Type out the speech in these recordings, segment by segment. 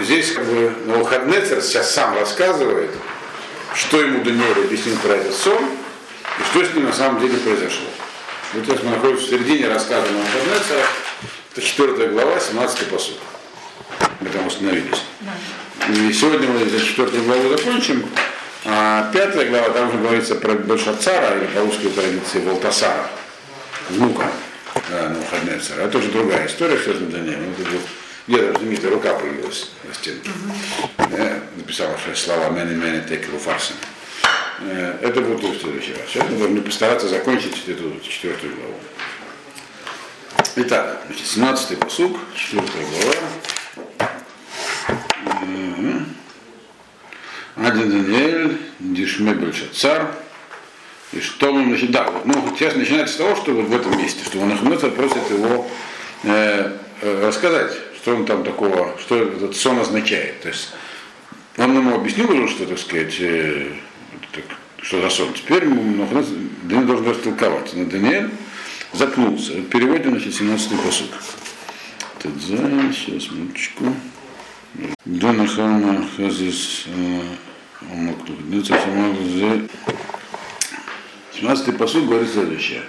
здесь как бы Навуходоносор сейчас сам рассказывает, что ему Даниэль объяснил про этот сон, и что с ним на самом деле произошло. Вот сейчас мы находимся в середине рассказа Навуходоносора, это 4 глава, 17 пасук. Мы там остановились. И сегодня мы за 4 главу закончим, а 5 глава, там уже говорится про Бельшацара, или по русской традиции Валтасара, внука Навуходоносора. Это уже другая история, связанная с Даниэлем. Где-то знаменитая рука появилась на стенке. Написала слова «Мэни-мэни текеру фарсен». Это будет в следующий раз. Сейчас мы должны постараться закончить эту 4 главу. Итак, 17-й пасук, 4 глава. Один Даниэль, Дишме Бельшацар. И что он, значит, да, вот, ну, сейчас начинается с того, что вот в этом месте, что Навуходоносор просит его рассказать, что он там такого, что этот сон означает. То есть он ему объяснил уже, что, так сказать, что за сон. Теперь Даниэль должен растолковать. Но Даниэль запнулся. Переводим, значит, 17-й пасук. Сейчас, минуточку. Донахама Хазис 17-й пасук говорит следующее.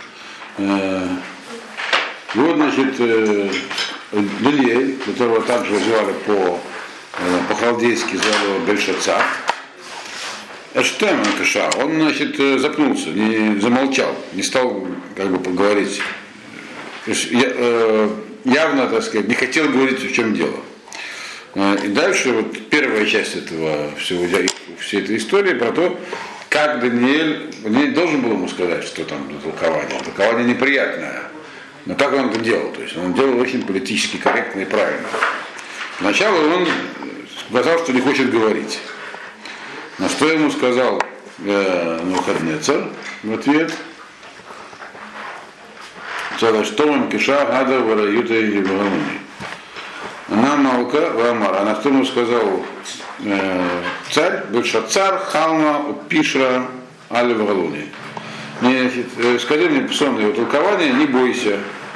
Вот, значит, Даниэль, которого также звали по-халдейски звали Бельшацар, Эштем Каша, он, значит, запнулся, не замолчал, не стал как бы поговорить. Явно, так сказать, не хотел говорить, в чем дело. И дальше вот первая часть этого всей этой истории про то, как Даниэль должен был ему сказать, что там толкование. Толкование неприятное. Но так он это делал. То есть он делал очень политически корректно и правильно. Сначала он сказал, что не хочет говорить. На что ему сказал Навуходоносор в ответ? Что он киша гада вараюта и вагалуни. Она малка вамар. А на что ему сказал царь, Бельшацар, Халма, Пишра, Али вагалуни. Скажи мне сон его толкования, не бойся.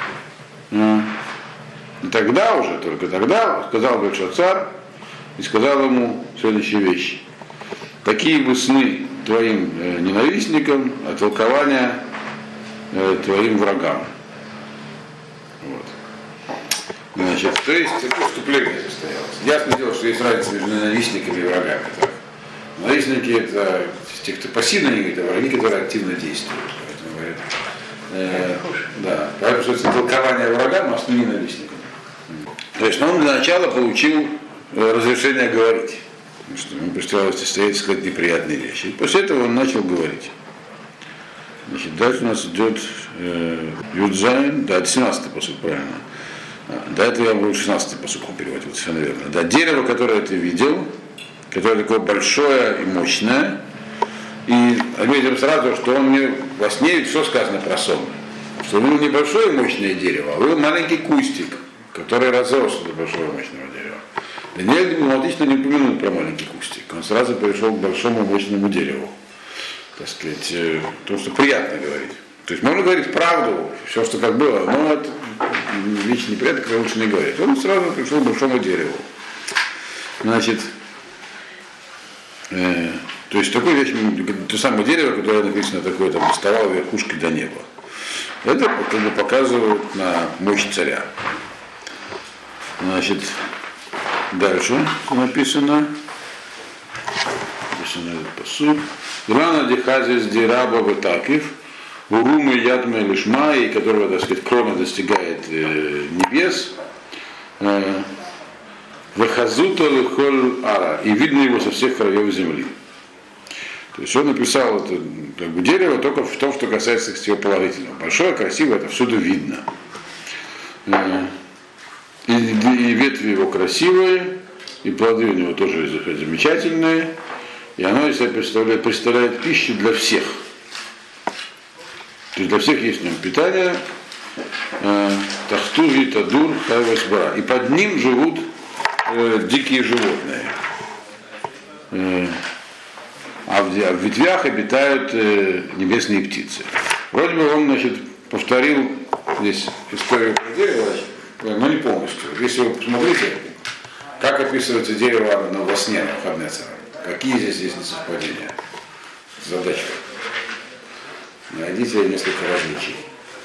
И тогда уже, только тогда, сказал Бельшацар и сказал ему следующие вещи. Такие бы сны твоим ненавистникам, а толкования твоим врагам. Вот. Значит, то есть такое вступление состоялось. Ясно дело, что есть разница между ненавистниками и врагами. Так? Ненавистники это те, кто пассивно не говорит, а враги, которые активно действуют. Поэтому, да, поэтому что это толкование врагам, а сны ненавистникам. То есть он для начала получил разрешение говорить. Что ему предстоялось стоять и сказать неприятные вещи. И после этого он начал говорить. Значит, дальше у нас идет Юдзайн, да, 17-й пасук, правильно. До этого я буду 16-й пасук переводить, вот совершенно верно. Да, дерево, которое ты видел, которое такое большое и мощное, и отметим сразу, что он мне во сне все сказано про сон. Что он небольшое и мощное дерево, а был маленький кустик, который разрос до большого мощного дерева. Даниэль отлично не упомянул про маленький кустик. Он сразу перешел к большому мощному дереву. Так сказать, то, что приятно говорить. То есть можно говорить правду, все, что как было, но это вещь неприятная, которую лучше не говорить. Он сразу пришел к большому дереву. Значит, то есть такое вещь, то самое дерево, которое написано такое, там, доставало верхушкой до неба. Это как бы показывает на мощь царя. Значит, дальше написано этот пасук. Грана дихазис дираба ватакив, урумы ядме лишма, и которого, так сказать, крона достигает небес. Вахазута лихоль ара, и видно его со всех краев земли. То есть он написал это как бы, дерево только в том, что касается всего положительного. Большое, красивое, это всюду видно. И ветви его красивые, и плоды у него тоже замечательные, и оно из себя представляет пищу для всех. То есть для всех есть в нем питание. Тахтуви, Тадур, Хайвасбара. И под ним живут дикие животные. А в ветвях обитают небесные птицы. Вроде бы он, значит, повторил здесь историю про дерево, но не полностью. Если вы посмотрите, Как описывается дерево во сне Навуходоносора? Какие здесь есть несовпадения? Задачка. Найдите несколько различий.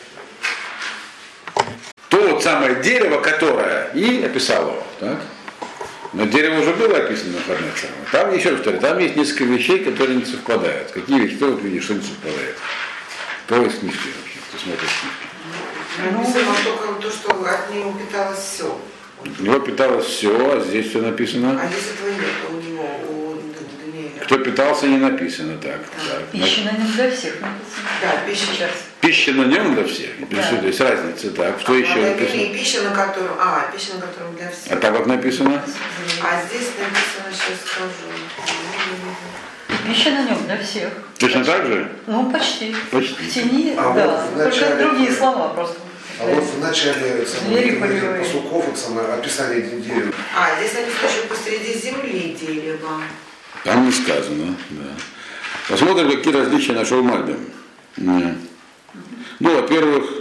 То вот самое дерево, которое и описал его, так? Но дерево уже было описано Навуходоносором. Там еще раз говорю, там есть несколько вещей, которые не совпадают. Какие вещи? Кто вот видит, что не совпадает? Кто из книжки вообще? Кто смотрит книжки? Написано только то, что от него питалось все. У него питалось все, а здесь все написано. А здесь этого нет у него, у Даниэля. Кто питался, не написано так. Так. Пища на нем для всех написано. Да, пища. Сейчас. Пища на нем для всех. Да. То есть разница. Так. Что еще написано? И пища на котором для всех. А там как написано? А здесь написано, сейчас скажу. Пища на нем для всех. Точно так же? Ну, почти. Почти. В тени, А да. вот в Только начале- другие слова просто. А вот в начале Звери полевые. Пастухов, описание дерева. Здесь написано, что посреди земли дерево. Там не сказано. Да. Посмотрим, какие различия нашел Мальбим. Ну, во-первых,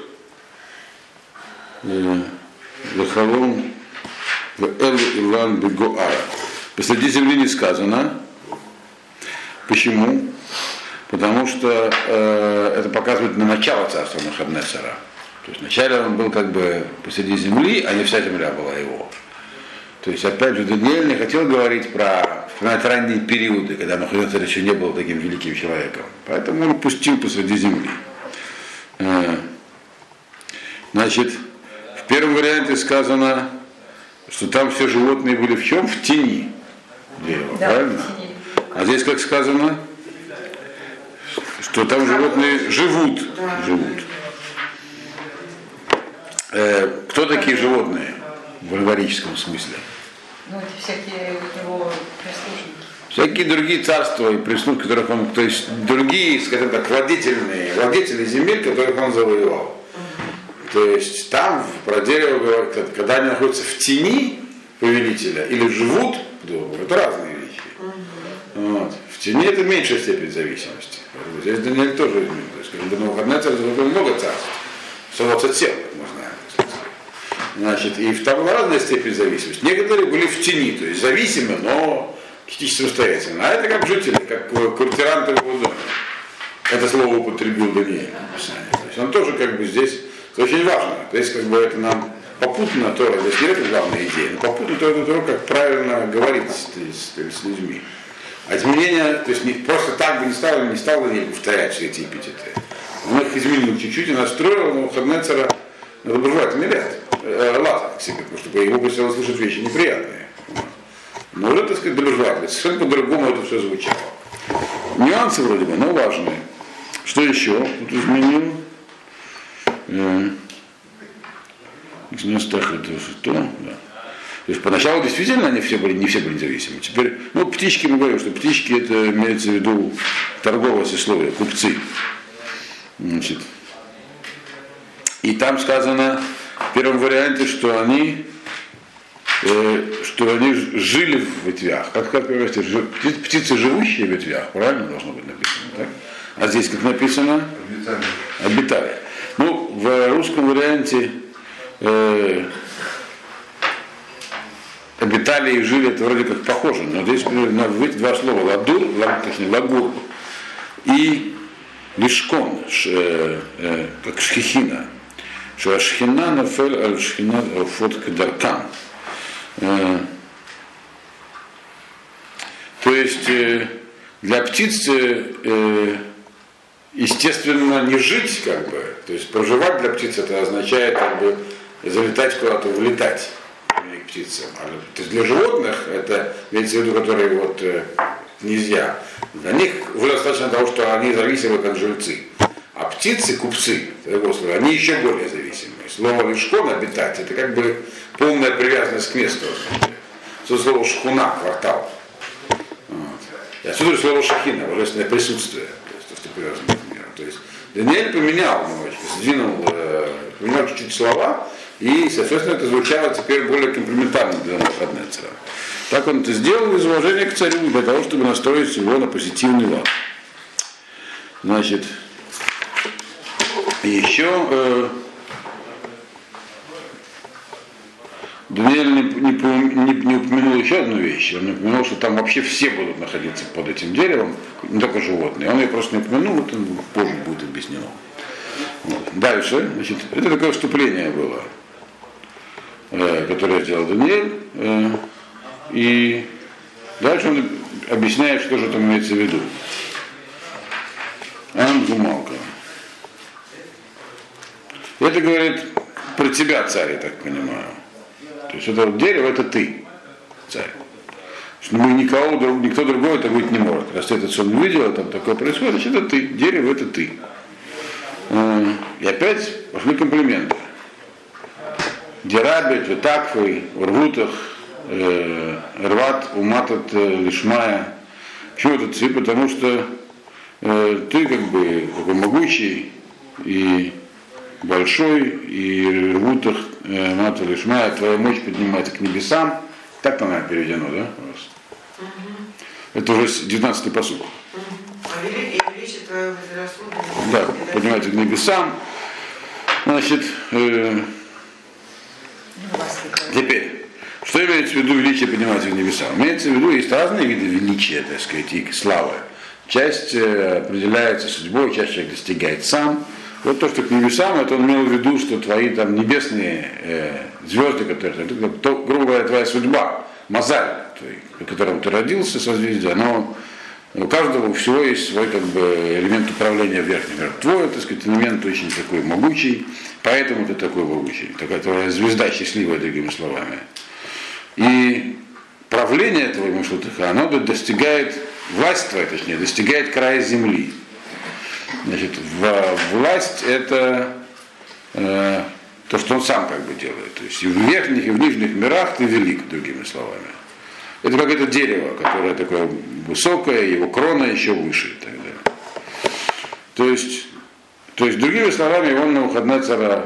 Лехалом Эл-Илан Бегоара. Посреди земли не сказано. Почему? Потому что это показывает на начало царства Навуходоносора. То есть вначале он был как бы посреди земли, а не вся земля была его. То есть, опять же, Даниэль не хотел говорить про ранние периоды, когда Навуходоносор еще не был таким великим человеком. Поэтому он пустил посреди земли. Значит, в первом варианте сказано, что там все животные были в чем? В тени дерева, Да, правильно? в тени. А здесь как сказано? Что там животные живут. Да. Живут. Кто такие животные в альварическом смысле? Ну, эти всякие у него прислужники. Всякие другие царства и прислуги, которых он, то есть другие, скажем так, владетели земель, которых он завоевал. То есть там про дерево говорят, когда они находятся в тени повелителя или живут, это разные вещи. Вот. В тени это меньшая степень зависимости. Здесь Даниэль тоже изменил. То есть, когда Навуходоносор завоевал много царств, соваться тел, как мы знаем. Значит, и там разная степень зависимости. Некоторые были в тени, то есть зависимы, но частично самостоятельно. А это как жители, как квартиранты в доме. Это слово употребил Даниэль в Писании. То есть он тоже как бы здесь, это очень важно. То есть как бы это нам попутно Тора, здесь не это главная идея, но попутно Тора, как правильно говорить с людьми. А изменения, то есть просто так бы не стал Даниэль повторять все эти эпитеты. Он их изменил чуть-чуть и настроил Навуходоносора на доброжелательный лад к себе, потому что по его хотелось слышать вещи неприятные. Но уже, так сказать, доброжелательно. Совершенно по-другому это все звучало. Нюансы вроде бы, но важные. Что еще тут изменил? В местах это что? Да. То есть поначалу действительно они не все были независимы. Теперь, птички, мы говорим, что птички это имеется в виду торговое сословие, купцы. Значит, и там сказано в первом варианте, что они жили в ветвях. Как перевести? Птицы, живущие в ветвях, правильно должно быть написано, так? А здесь как написано? Обитали. В русском варианте обитали и жили, это вроде как похоже, но здесь эти два слова лагур и лишкон, как шхихина. Шхина нафель аль шхина фот кадаркан. То есть для птиц естественно не жить как бы, то есть проживать для птиц это означает как бы залетать куда-то, вылетать к птицам. То есть для животных это имеется в виду, которые нельзя. Для них уже достаточно того, что они зависимы как жильцы. А птицы, купцы, они еще более зависимы. Слово лишкон обитать, это как бы полная привязанность к месту. Слово шхуна, квартал. Вот. И отсюда слово шахина, божественное присутствие, то есть привязанное к миру. То есть Даниэль поменял немножечко, поменял чуть-чуть слова, и, соответственно, это звучало теперь более комплиментарно для Навуходоносора. Так он это сделал из уважения к царю, для того, чтобы настроить его на позитивный лад. Значит, еще Даниэль не упомянул еще одну вещь. Он упомянул, что там вообще все будут находиться под этим деревом, не только животные. Он ее просто не упомянул, это позже будет объяснено. Вот. Дальше, значит, это такое вступление было, которое сделал Даниэль. И дальше он объясняет, что же там имеется в виду. Ангумалка. Это говорит про тебя, царь, я так понимаю. То есть это дерево, это ты, царь. Мы никто другой это быть не может. Раз ты этот сон видел, там такое происходит, значит это ты, дерево это ты. И опять пошли комплименты. Дерабит, Ветакфой, Урвутах, Рват, Уматат, Лишмая. Почему это ты? Потому что ты как бы такой могучий и большой, и Рвутах, Уматат, Лишмая, твоя мощь поднимается к небесам. Так там она переведено, да? Это уже 19-й пасук. А величие твое возросло. Да, поднимается к небесам. Значит, теперь, что имеется в виду величие поднимается к небесам? Имеется в виду, есть разные виды величия, так сказать, и славы. Часть определяется судьбой, часть человек достигает сам. Вот то, что к небесам, это он имел в виду, что твои там небесные звезды, которые, то, грубо говоря, твоя судьба, мозаль, в котором ты родился, созвездие, оно у каждого всего есть свой как бы, элемент управления верхним миром. Твой, так сказать, элемент очень такой могучий, поэтому ты такой могучий. Такая твоя звезда счастливая, другими словами. И правление этого Машутаха, оно достигает, власть твоя, точнее, достигает края земли. Значит, власть это то, что он сам как бы делает. То есть и в верхних, и в нижних мирах ты велик, другими словами. Это как это дерево, которое такое высокое, его крона еще выше и так далее. То есть другими словами, он Навуходоносора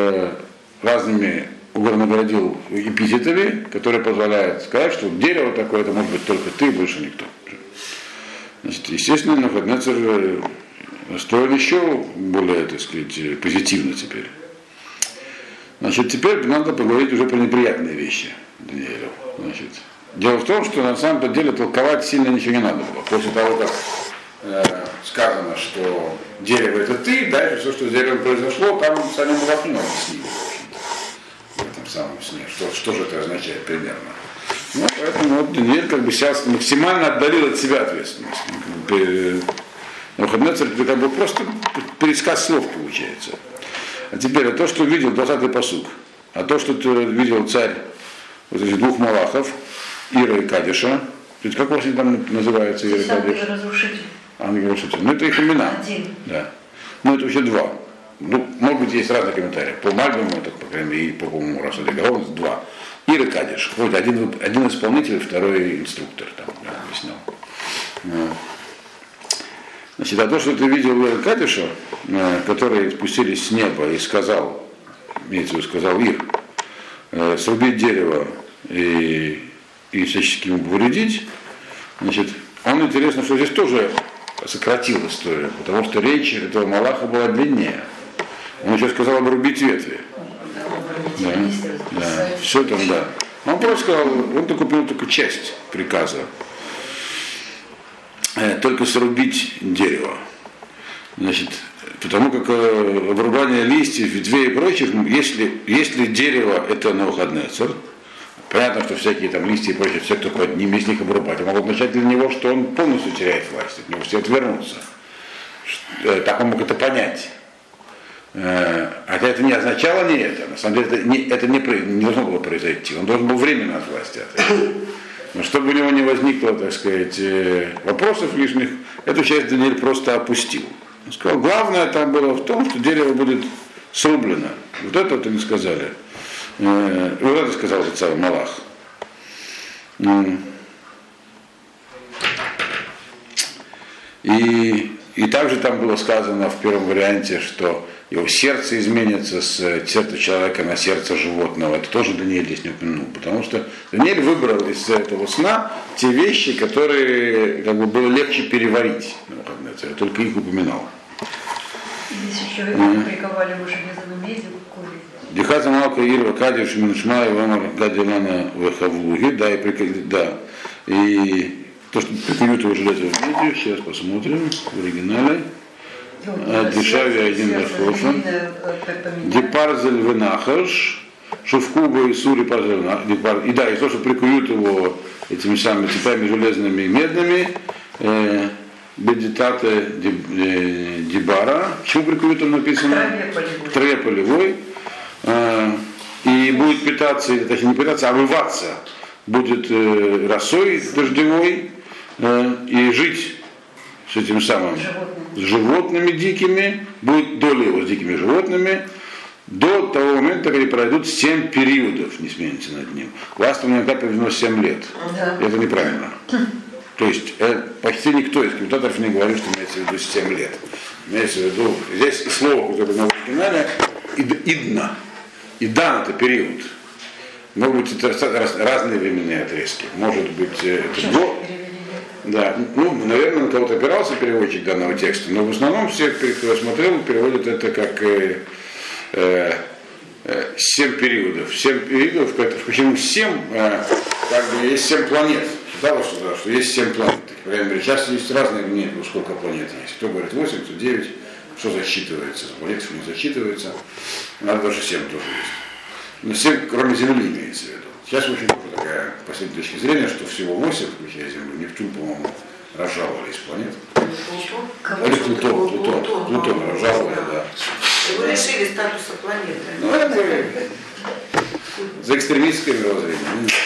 разными наградил эпитетами, которые позволяют сказать, что дерево такое, это может быть только ты, больше никто. Значит, естественно, Навуходоносор настроен еще более, так сказать, позитивно теперь. Значит, теперь надо поговорить уже про неприятные вещи Даниэлю. Значит, дело в том, что на самом деле толковать сильно ничего не надо было. После того, как сказано, что дерево это ты, дальше все, что с деревом произошло, там самим Малахим объяснили. В этом самом сне. Что же это означает примерно. Ну, поэтому вот Даниэль как бы сейчас максимально отдалил от себя ответственность. Навуходоносор как бы просто пересказ слов получается. А теперь то, что видел 20-й пасук, а то, что ты видел царь вот этих двух малахов, Ира и Кадиша, как у вас они там называются, Ира и Кадиш? Ангел-разрушитель. Ангел-разрушитель. Ну это их имена. Один. Да. Ну это вообще два. Ну, может быть, есть разные комментарии. По Мальбиму, так, по крайней мере, и по Расуде Гарону, два. Ира и Кадиш. Вот один исполнитель, второй инструктор, там, я объяснял. Значит, а то, что ты видел Ира и Кадиша, которые спустились с неба и сказал, имеется в виду, сказал Ир, срубить дерево и всячески ему повредить, значит, он интересно, что здесь тоже сократил историю, потому что речь этого Малаха была длиннее. Он еще сказал обрубить ветви. Да, все там, да. Он просто сказал, он только понял только часть приказа. Только срубить дерево. Значит, потому как обрубание листьев, ветвей и прочих, если дерево это Навуходоносор, понятно, что всякие там листья и прочее, все, кто под ним, если их обрубать, могут означать для него, что он полностью теряет власть, от него все отвернутся. Так он мог это понять. Хотя это не означало не это. На самом деле это не должно было произойти. Он должен был временно от власти отойти. Но чтобы у него не возникло, так сказать, вопросов лишних, эту часть Даниэль просто опустил. Он сказал, главное там было в том, что дерево будет срублено. Вот это вот они сказали. Вот это сказал этот самый Малах. И также там было сказано в первом варианте, что его сердце изменится с сердца человека на сердце животного. Это тоже Даниэль здесь не упомянул, потому что Даниэль выбрал из этого сна те вещи, которые как бы было легче переварить. Я только их упоминал. Здесь еще его приковали уже железным медью к коже. Дихаза Малка Ирва Кадиш Миншма и Вамар Гадилана Вахавлуги, да, и то, что прикуют его железо в медиа, сейчас посмотрим в оригинале. Дешави один Рахофан, Депарзель Венахаш, Шувкуба и Сури Парзель. И да, и то, что прикуют его этими самыми цепями железными и медными, Бедитаты Дибара. Почему прикуют там написано? К траве полевой. И будет питаться, точнее не питаться, а омываться будет росой дождевой и жить с этим самым с животными дикими, будет доля его с дикими животными до того момента, когда пройдут 7 периодов, не сменится над ним. У вас там иногда приведено 7 лет. Да. Это неправильно. То есть почти никто из комментаторов не говорит, что имеется в виду 7 лет. Имеется в виду, здесь и слово, которое на оригинале, идна. Идан это период. Могут быть разные временные отрезки. Может быть, это год. Да, ну, наверное, на кого-то опирался переводчик данного текста, но в основном все, кто я смотрел, переводят это как 7 периодов. 7 периодов, почему 7, как бы есть 7 планет. Считалось, что есть 7 планет. По крайней мере, сейчас есть разные мнения, сколько планет есть. Кто говорит 8, кто 9, что засчитывается, планет, что не засчитывается. Надо даже 7 тоже есть. Но 7, кроме Земли, имеется в виду. Сейчас очень тоже такая последняя точка зрения, что всего 8, включая Землю, Нептун, по-моему, разжаловались планет. Или Плутон разжаловали, да. Его лишили статуса планеты. Ну, это за экстремистское мировоззрение.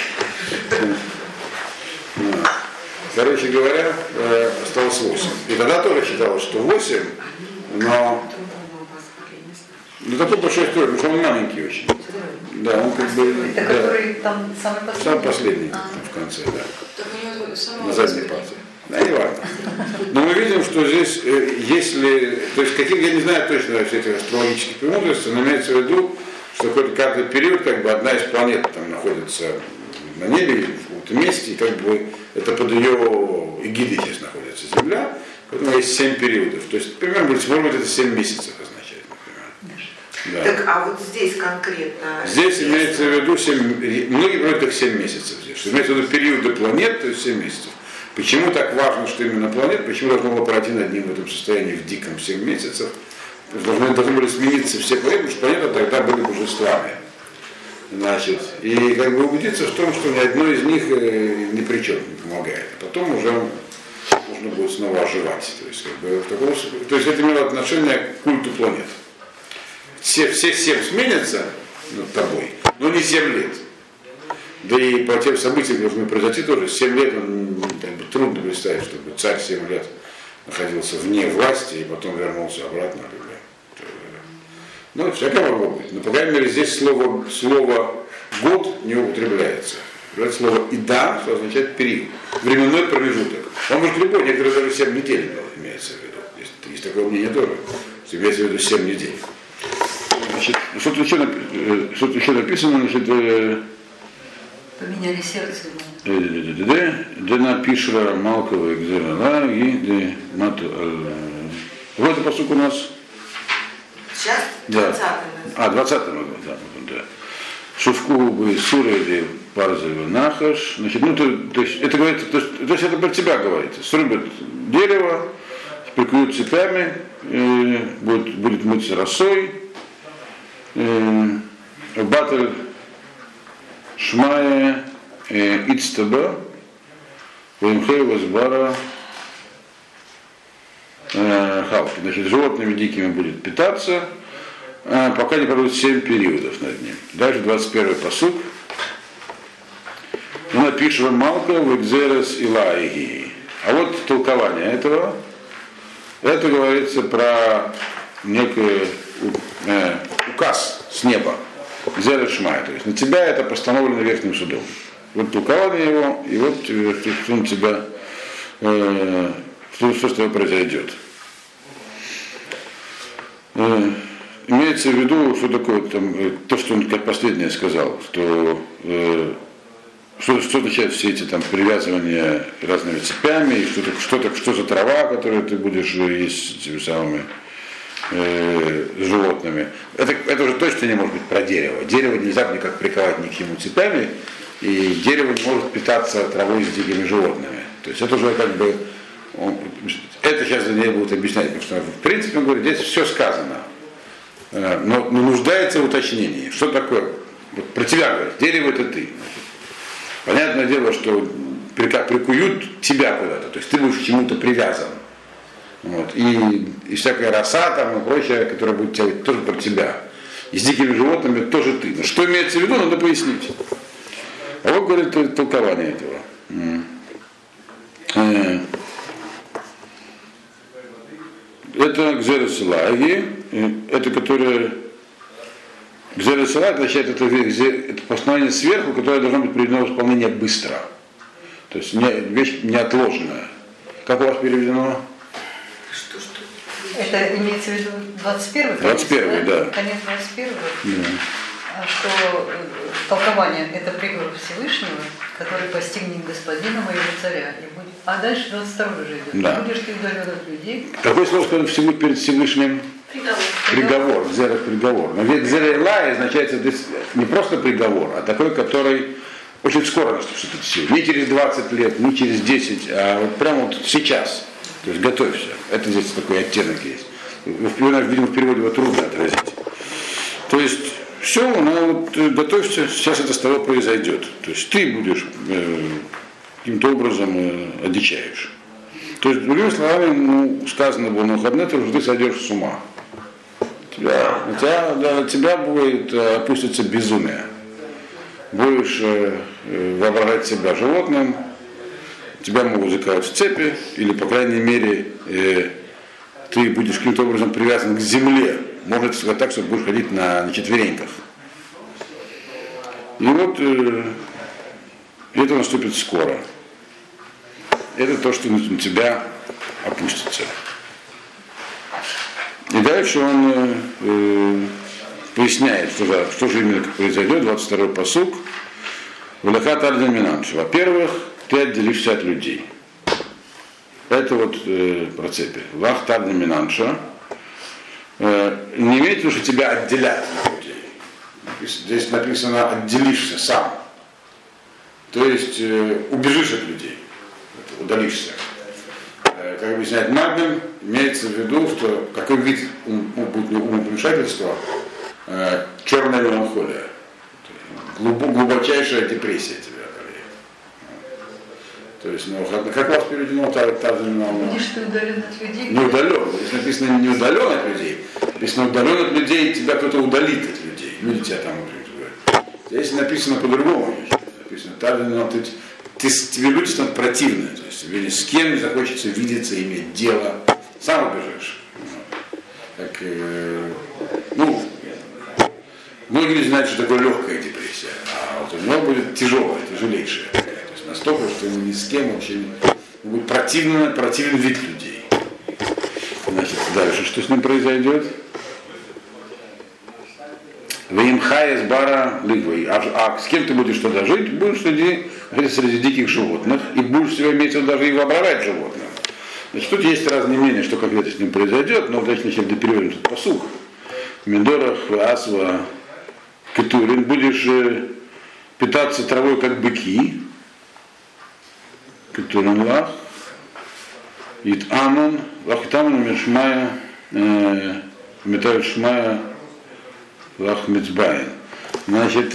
Короче говоря, осталось 8. И тогда тоже считалось, что 8, но... Ну, такой большой история, потому что он маленький очень. Да, он как бы... Это да, который там самый последний? Самый последний в конце, да. На задней партии. Да, не важно. Но мы видим, что здесь, если... То есть, я не знаю точно все эти астрологические премудрости, но имеется в виду, что какой-то каждый период, как бы одна из планет там находится на небе или в каком-то месте, и как бы это под ее эгидой сейчас находится Земля, поэтому есть 7 периодов. То есть, примерно, может быть, это 7 месяцев означает, например. Да. Так, а вот здесь конкретно... Здесь имеется в виду 7, многие говорят, их 7 месяцев здесь. Что имеется в виду периоды планет, то есть 7 месяцев. Почему так важно, что именно планет? Почему должно было пройти над ним в этом состоянии в диком 7 месяцев? Должны были смениться все планеты, потому что планеты тогда были божествами. Значит, и как бы убедиться в том, что ни одно из них ни при чем не помогает. А потом уже можно будет снова оживать. То есть, как бы, то есть это имело отношение к культу планет. Все 7 сменятся над тобой, но не 7 лет. Да и по тем событиям, которые должны произойти тоже, 7 лет, как бы, трудно представить, чтобы царь 7 лет находился вне власти и потом вернулся обратно. Ну, всякое могло быть. Но, по крайней мере, здесь слово год не употребляется. Употребляется слово ида, что означает период, временной промежуток. Он может любой, некоторые даже 7 недель имеется в виду. Есть такое мнение тоже, что имеется в виду 7 недель. Значит, что-то еще написано, значит, поменяли сердце. Дена Пишра Малкова и Гзерала и Мату. Вот это посук у нас. Сейчас 20-й. 20-й, да. Шувку и Суры Парзель Нахаш. Значит, ну, то есть это говорится, то есть это про тебя говорится. Срубят дерево, прикуют цепями, будет мыться росой. Баталь Шмая Ицтаба Вимхей Вазбара Халки. Значит, животными дикими будет питаться, пока не пройдут 7 периодов над ним. Дальше 21-й пасук. Напишем Малка в Экзерес Илаиги. А вот толкование этого. Это говорится про некий указ с неба. Экзерес Шмая. То есть на тебя это постановлено Верхним судом. Вот толкование его, и вот что на тебя, что с тобой произойдет. Имеется в виду, что такое там, то, что он как последнее сказал, что означают все эти там привязывания разными цепями, и что за трава, которую ты будешь есть теми самыми с животными. Это уже точно не может быть про дерево. Дерево нельзя никак приковать ни к чему цепями, и дерево не может питаться травой с дикими животными. То есть это уже как бы, это сейчас за ней будут объяснять, потому что в принципе, он говорит, здесь все сказано, но нуждается в уточнении. Что такое? Вот про тебя говорят, дерево это ты. Понятное дело, что прикуют тебя куда-то, то есть ты будешь к чему-то привязан. Вот. И всякая роса там и прочее, которая будет делать тоже про тебя. И с дикими животными тоже ты. Но что имеется в виду, надо пояснить. А вот говорит толкование этого. Это Гзересилаги, это которое Гзересилаг означает это постановление сверху, которое должно быть приведено в исполнение быстро. То есть вещь неотложная. Как у вас переведено? Это имеется в виду 21-й? 21-й, да. Конец 21-го. Да. Что толкование – это приговор Всевышнего, который постигнет господина моего царя. И будет... А дальше 22-й же идет. Да. Будешь ты удален от людей. Какое слово сказано всего перед Всевышним? Приговор. Гзера приговор. Но ведь Гзера Илай означает здесь не просто приговор, а такой, который очень скоро наступит силу. Не через 20 лет, не через 10, а вот прямо вот сейчас. То есть готовься. Это здесь такой оттенок есть. Видимо, в переводе его трудно отразить. То есть все, вот, готовься, сейчас это с тобой произойдет. То есть ты будешь каким-то образом одичаешь. То есть, другими словами, сказано было на выходные, что ты сойдешь с ума. На тебя будет опуститься безумие. Будешь воображать себя животным, тебя могут заковать в цепи, или, по крайней мере, ты будешь каким-то образом привязан к земле. Может сказать так, что будешь ходить на четвереньках. И вот это наступит скоро. Это то, что на тебя опустится. И дальше он поясняет, что же именно произойдет, 22-й пасук. Валахат аль-Доминанш. Во-первых, ты отделишься от людей. Это вот про цепи. Вах аль-Доминанша. Не имеет в виду, что тебя отделят от людей. Здесь написано «отделишься сам». То есть убежишь от людей, удалишься. Как объясняет Магдем, имеется в виду, что какой вид будет умопомешательства, черная меланхолия, глубочайшая депрессия тебя одолеет. То есть, как у вас переведено, Будешь ты удален от людей? Не удален. Здесь написано не удален от людей, написано удален от людей, тебя кто-то удалит от людей. Люди тебя там говорят. Здесь написано по-другому. Написано, тебе люди станут противны. То есть тебе ни с кем не захочется видеться, иметь дело. Сам убежишь. Так, многие не знают, что такое легкая депрессия. А вот у него будет тяжелая, тяжелейшая. То есть настолько, что ни с кем вообще будет противен вид людей. Значит, дальше что с ним произойдет? Ваимхая с бара лигвой. А с кем ты будешь тогда жить? Будешь среди диких животных, и будешь себя иметь даже и воображать животным. Значит, тут есть разные мнения, что конкретно с ним произойдет, но давайте начнем переводим этот пасук. Медорах, Асва, Кетурин, будешь питаться травой, как быки. Кетурин лах. Ит Амон, лах Итамон, Мешмая, Металь Шмая, лах Мицбайн. Значит,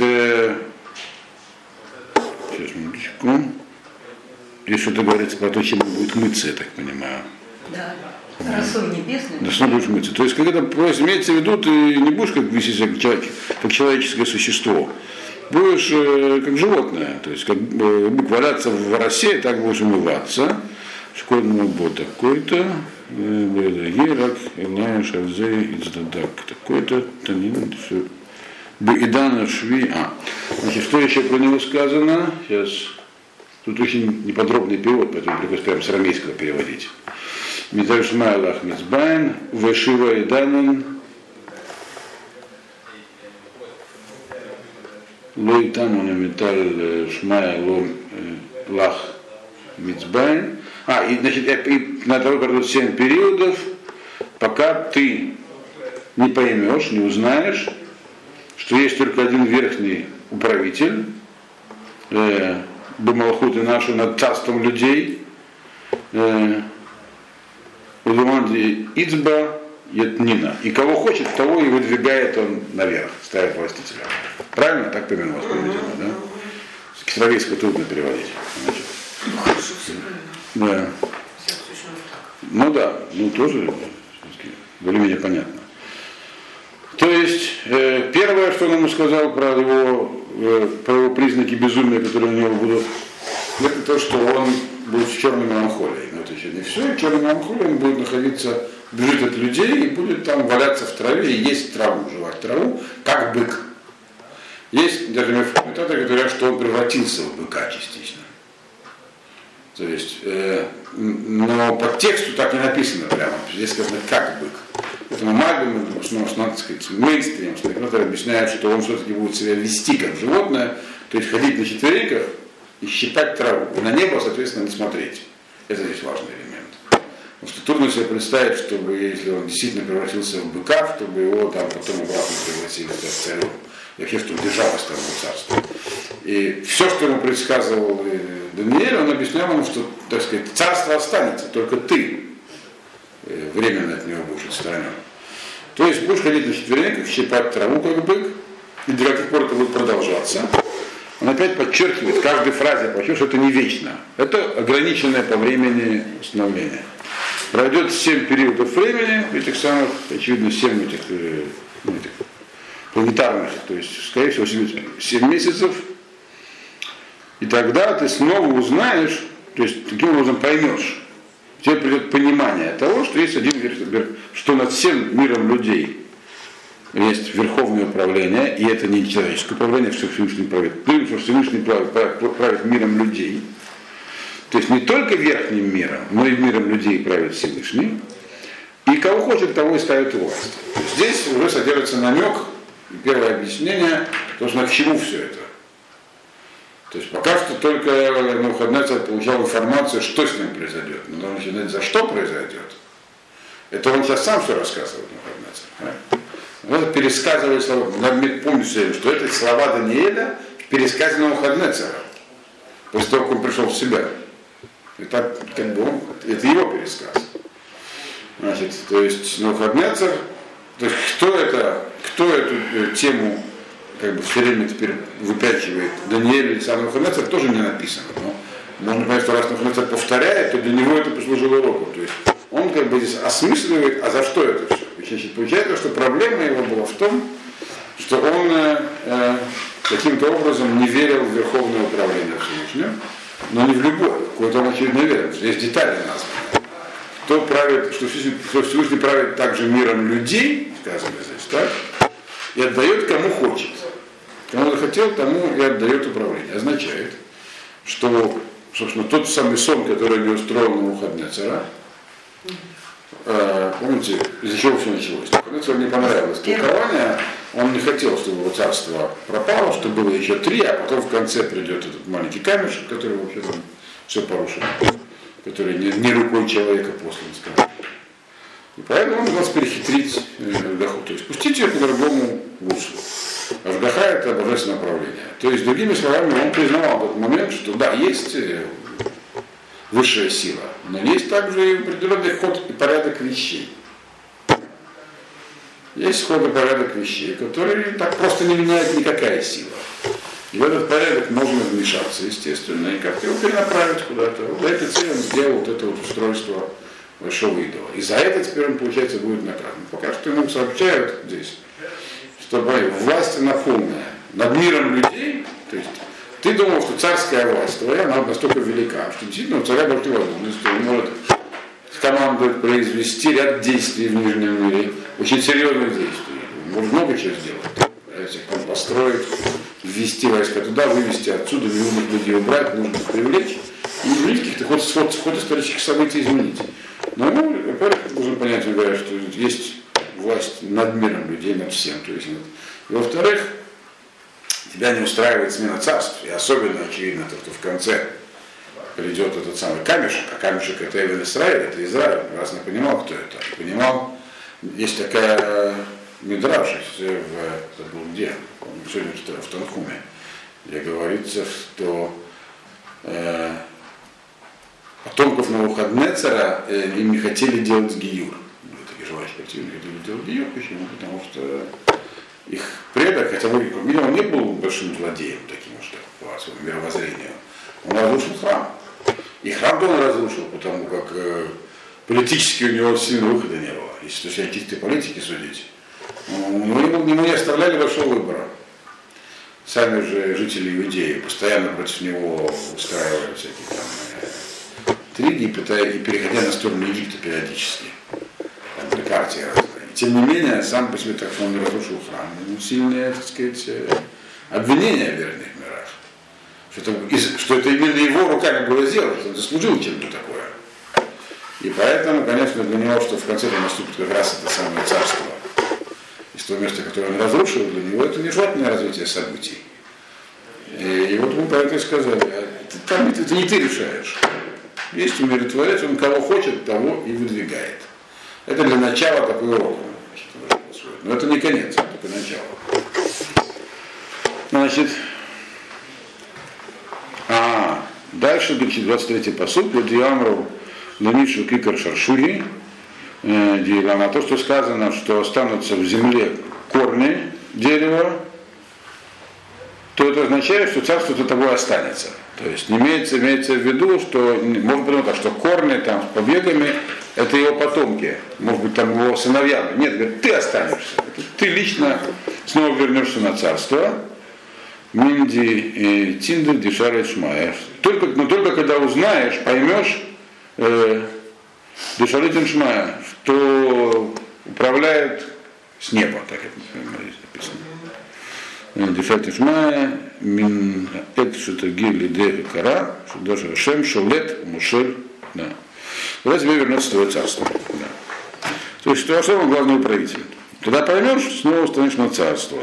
сейчас, минуточку. Здесь что-то говорится про то, чем он будет мыться, я так понимаю. Да. Росой небесной. Да, что будешь мыться. То есть, когда имеется в виду, ты не будешь как вести себя как человеческое существо. Будешь как животное. То есть, как валяться в росе, так будешь умываться. Школьный бот такой-то. Герак, Элай, Шарзей, Издадак такой-то. Танин, все. Идана Шви. Значит, что еще про него сказано? Сейчас. Тут очень неподробный перевод, поэтому приходится прямо с арамейского переводить. Металь Шмая Лах Мицбайн, Вешива и Данан, Лой Тамуна Металь Шмая Лах Мицбайн. И значит, на второй пройдут 7 периодов, пока ты не поймешь, не узнаешь, что есть только один верхний управитель, Бамалхуты нашу над царством людей, Удуманди Ицба Ятнина. И кого хочет, того и выдвигает он наверх, ставит властителя. Правильно? Так примерно у вас переведено, да? С китровейского трудно переводить. Значит. Хорошо, все правильно. Да. Все точно так. Ну да, ну тоже более-менее понятно. То есть, первое, что он ему сказал про его признаки безумия, которые у него будут, это то, что он будет в черной меланхолии. Но это еще не все. В черной меланхолии он будет находиться, бежит от людей и будет там валяться в траве и есть траву, жевать траву, как бык. Есть даже комментаторы говорят, что он превратился в быка частично. То есть, но по тексту так не написано прямо. Здесь сказано как бык. Поэтому Мальбим, надо сказать, мейнстрим, что некоторые объясняют, что он все-таки будет себя вести как животное, то есть ходить на четвереньках и щипать траву. И на небо, соответственно, не смотреть. Это здесь важный элемент. Потому что трудно себе представить, чтобы, если он действительно превратился в быка, чтобы его там потом обратно пригласили стать царем. И вообще, чтобы держалось там его царство. И все, что ему предсказывал Даниэль, он объяснял ему, что, так сказать, царство останется, только ты временно от него будешь отстранен. То есть будешь ходить на четвереньках, щипать траву, как бык, и до каких пор это будет продолжаться. Он опять подчеркивает, в каждой фразе подчеркивает, что это не вечно. Это ограниченное по времени установление. Пройдет 7 периодов времени, этих самых, очевидно, 7 этих планетарных, то есть, скорее всего, 7 месяцев. И тогда ты снова узнаешь, то есть таким образом поймешь. Тебе придет понимание того, что есть один что над всем миром людей есть верховное управление, и это не человеческое управление, что Всевышний правит. Всевышний правит миром людей. То есть не только верхним миром, но и миром людей правит Всевышний. И кого хочет, того и ставит власть. Здесь уже содержится намек, первое объяснение, то, что к чему все это. То есть пока что только Навуходоносор получал информацию, что с ним произойдет. Но он начинает, за что произойдет. Это он сейчас сам все рассказывает, Навуходоносор. Он пересказывает слова. Надо помнить, что это слова Даниэля в пересказе Навуходоносора. После того, как он пришел в себя. Это, как бы это его пересказ. Значит, то есть Навуходоносор, то есть кто эту тему как бы все время теперь выпячивает Даниэль или сам Навуходоносор, тоже не написано. Но можно понять, что раз Навуходоносор повторяет, то для него это послужило уроком. То есть он как бы здесь осмысливает, а за что это все. Значит, получается, что проблема его была в том, что он каким-то образом не верил в верховное управление Всевышнего, но не в любое, какое-то он очевидно верил. Здесь детали названы. Кто правит, что Всевышний правит также миром людей, сказано здесь, так, и отдает кому хочет. Кому захотел, тому и отдает управление. Означает, что, собственно, тот самый сон, который не устроил Навуходоносора, помните, из-за чего все началось? Навуходоносору не понравилось толкование, он не хотел, чтобы его царство пропало, что было еще 3, а потом в конце придет этот маленький камешек, который вообще там все порушил, который не рукой человека послан. И поэтому он должен перехитрить Авдаху. То есть пустить ее по другому руслу. Авдаха — это божественное направление. То есть, другими словами, он признавал в этот момент, что да, есть высшая сила, но есть также и определенный ход и порядок вещей. Есть ход и порядок вещей, которые так просто не меняет никакая сила. И в этот порядок можно вмешаться, естественно, и как-то его перенаправить куда-то. Вот для этой цели он сделал вот это вот устройство большого идола. И за это теперь он, получается, будет наказан. Пока что ему сообщают здесь, что власть она полная над миром людей. То есть ты думал, что царская власть твоя, она настолько велика, что действительно у царя большие возможности. Он может командовать, произвести ряд действий в Нижнем мире, очень серьезных действий. Он может много чего сделать. Там построить, ввести войска туда, вывести отсюда, ненужных людей убрать, нужно привлечь. И изменить каких-то ход исторических событий изменить. Но, во-первых, нужно понять, говоря, что есть власть над миром людей, над всем. То есть, и во-вторых, тебя не устраивает смена царств. И особенно очевидно то, что в конце придет этот самый камешек, а камешек это Эвен Исраиль, это Израиль. Раз не понимал, кто это. Понимал, есть такая Мидраш, это был где? Сегодня в Танхуме, где говорится, что потомков Навуходнецера им не хотели делать гиюр. Такие желающие не хотели делать гиюр. Почему? Потому что их предок, хотя бы он не был большим злодеем, таким уж по своему мировоззрению, он разрушил храм. И храм он разрушил, потому как политически у него сильного выхода не было. Если то есть чистой политики судить, ему не оставляли большого выбора. Сами же жители Иудеи постоянно против него устраивали всякие там интриги, и переходя на сторону Египта периодически. Там партии разные. Тем не менее, сам по себе так, что он не разрушил храм. Ему сильные, так сказать, обвинения в верных мирах. Что это именно его руками было сделано, что он заслужил чем-то такое. И поэтому, конечно, для него, что в конце наступит как раз это самое царство. Из того места, которое он разрушил, для него это нежелательное развитие событий. И вот мы про это и сказали, это не ты решаешь. Есть умиротворец, он кого хочет, того и выдвигает. Это для начала такой урок. Но это не конец, это только начало. Значит, дальше, 23-й пасук, Лодиамру Ленишу Кикар Шаршури, на то, что сказано, что останутся в земле корни дерева, то это означает, что царство-то тобой останется. То есть имеется в виду, что можно подумать так, что корни там с побегами это его потомки, может быть там его сыновья. Нет, говорит, ты останешься. Ты лично снова вернешься на царство. Минди и Тиндер Дишара Шмая. Но только когда узнаешь, поймешь Дишарит Шмая, что управляет с неба, так это написано. Дишарит Шмая, Мин Эт Шутагир Лидеха Кара, что даже Шем Шолет Мушель. Да. Давай тебе вернется твое царство. Да. То есть, что он главный управитель. Когда поймешь, снова станешь на царство.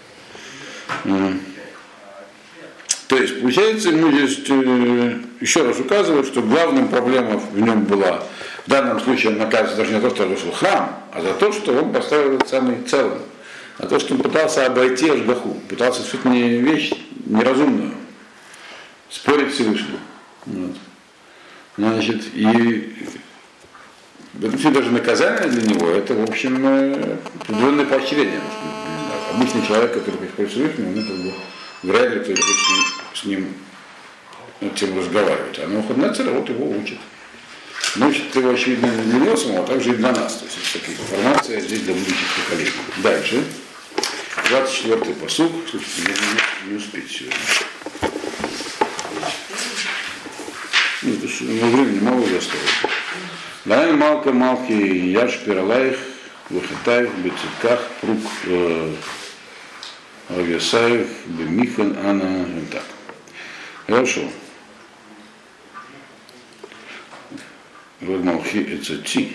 То есть, получается, ему здесь еще раз указывают, что главным проблемой в нем была, в данном случае он наказывается даже не за то, что разрушил храм, а за то, что он поставил этот самый целым. А то, что он пытался обойти Ашгаху, пытался действительно вещь неразумную, спорить с Всевышним. Вот. Значит, и в этом все даже наказание для него, это, в общем, определенное поощрение. Обычный человек, который приходит к Всевышнему, он как бы вряд ли кто-то с ним над тем разговаривать. А Навуходоносор вот его учит. Но учит его, очевидно, не для него самого, а также и для нас. То есть это такая информация здесь для будущих поколений. Дальше. 24-й пасук. Слушайте, я не успеть сегодня. Это же времени мало заставить. Лайн Малка Малки Яш Пиралаих Вахатаев Бецетках Прук Авиасаев Бемихан Ана. Так. Хорошо. Вот Малхи Эцати.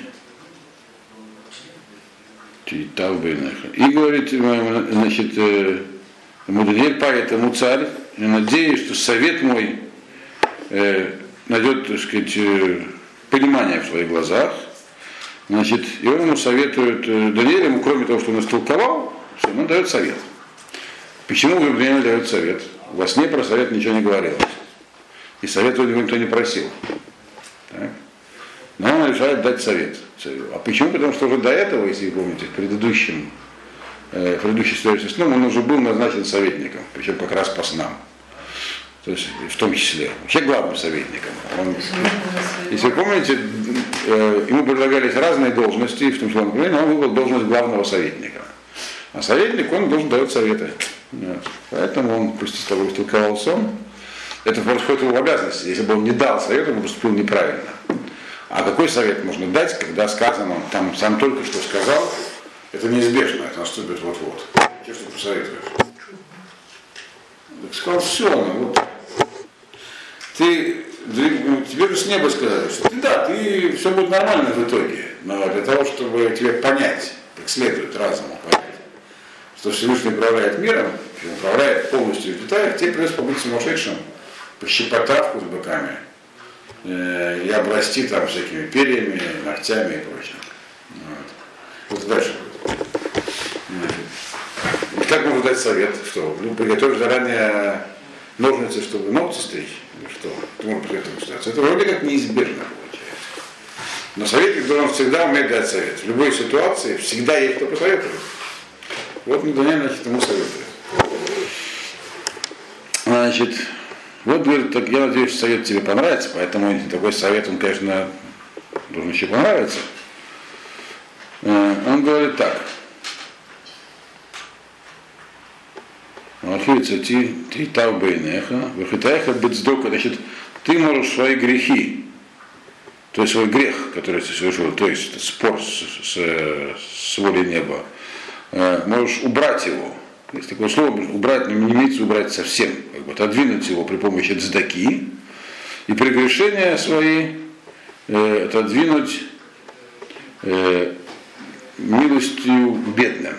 И говорит, значит, Мудадель поэтому царь, я надеюсь, что совет мой найдет, так сказать, понимание в своих глазах. Значит, и он ему советует, Даниэль ему, кроме того, что он истолковал, что он дает совет. Почему Даниэль дает совет? Во сне про совет ничего не говорилось. И совета у него никто не просил. Так? Но он решает дать совет. А почему? Потому что уже до этого, если вы помните, в предыдущей истории со сном он уже был назначен советником, причем как раз по снам. То есть в том числе. Вообще главным советником. Если вы помните, ему предлагались разные должности, в том числе он выбрал должность главного советника. А советник, он должен давать советы. Нет. Поэтому он, пусть с тобой истолковал сон, это входит в его обязанности. Если бы он не дал совет, он поступил неправильно. А какой совет можно дать, когда сказано, там сам только что сказал, это неизбежно, это наступит вот-вот. Что ты посоветуешь? Так сказал, все, вот. Тебе же с неба сказали, что ты все будет нормально в итоге. Но для того, чтобы тебе понять, как следует разуму, понять, что Всевышний управляет миром, управляет полностью в деталях, тебе придется побыть сумасшедшим, пощипотавку с быками. И обрасти там всякими перьями, ногтями и прочим. Вот дальше будет. И как можно дать совет? Что? Ну, приготовь заранее ножницы, чтобы ногти стричь. Что? Ты можешь при этом ситуации. Это вроде как неизбежно получается. Но советник должен всегда уметь дать совет. В любой ситуации всегда есть кто посоветует. Вот Натаниэль, значит, ему советует. Значит, вот, говорит, так, я надеюсь, что совет тебе понравится, поэтому такой совет, он, конечно, должен еще понравиться. Он говорит так. Ты тав бейнеха, выхитаеха бецдока, значит, ты можешь свои грехи, то есть свой грех, который ты совершил, то есть спор с волей неба, можешь убрать его. Есть такое слово, убрать, но не имеется убрать совсем, как бы отодвинуть его при помощи цдаки, и прегрешения свои отодвинуть милостью бедным.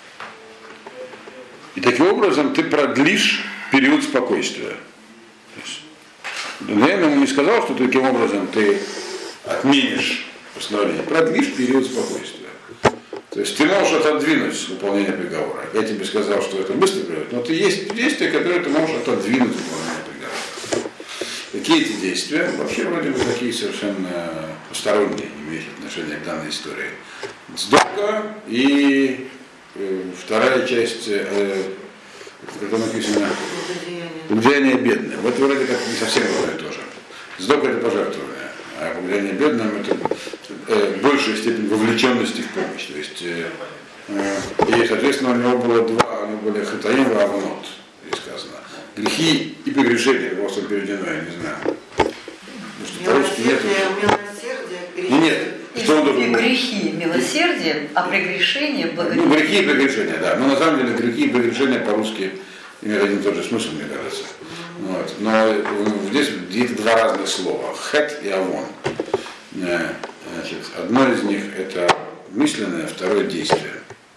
И таким образом ты продлишь период спокойствия. Наверное, ему не сказал, что таким образом ты отменишь постановление, продлишь период спокойствия. То есть ты можешь отодвинуть выполнение приговора. Я тебе сказал, что это быстро придет, но есть действия, которые ты можешь отодвинуть выполнение приговора. Какие эти действия? Вообще вроде бы такие совершенно посторонние, не имеющие отношения к данной истории. Сдока и вторая часть, как написано, погружение бедным. Вот вроде как не совсем одно и то же. Сдока это пожертвование, а погружение бедным это большая степень вовлеченности в помощь. То есть, и, соответственно, у него было два, у него были хатаим и авнот, здесь сказано. Грехи и прегрешения, просто переведено, я не знаю. По-русски нет. Нет. Что он должен быть? Грехи милосердие, а прегрешение благодетельство. Ну, грехи и прегрешения, да. Но на самом деле грехи и прегрешения по-русски имеют один и тот же смысл, мне кажется. Вот. Но здесь где-то два разных слова. Хет и авон. Значит, одно из них это мысленное, второе действие.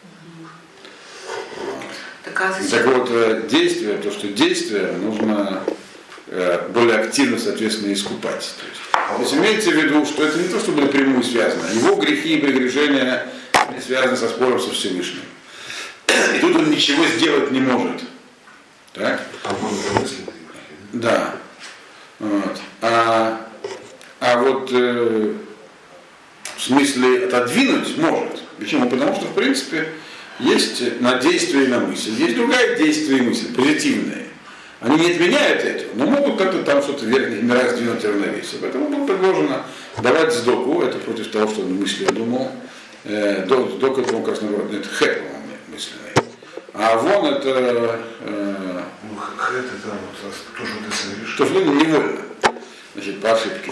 Так вот, действие, то, что действие нужно более активно, соответственно, искупать. То есть имеется в виду, что это не то, что напрямую связано. Его грехи и прегрешения не связаны со спором со Всевышним. И тут он ничего сделать не может. Так? Да. Вот. А вот в смысле отодвинуть может. Почему? Потому что, в принципе, есть на действие и на мысль. Есть другая действие и мысль, позитивные. Они не отменяют этого, но могут как-то там что-то в верхних мирах сдвинуть равновесие. Поэтому было предложено давать сдоку, это против того, что он мыслью думал. Сдок это он как раз наоборот, это хэт, по-моему, мысленный. А вон это... Хэт это вот, то, что ты совершишь. То, что невольно, значит, по ошибке.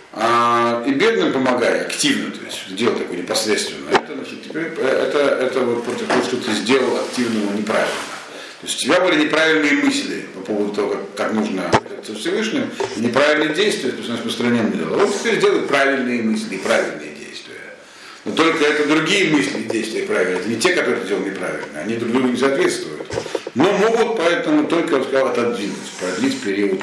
И бедным помогая активно, то есть делать такое непосредственно, это, значит, теперь, это вот против того, что ты сделал активного неправильно. То есть у тебя были неправильные мысли по поводу того, как нужно со Всевышним, и неправильные действия, то есть распространение дела. Вот теперь сделай правильные мысли и правильные действия. Но только это другие мысли и действия правильные, это не те, которые ты делал неправильно, они друг другу не соответствуют. Но могут поэтому только, я сказал, отодвинуть, продлить период.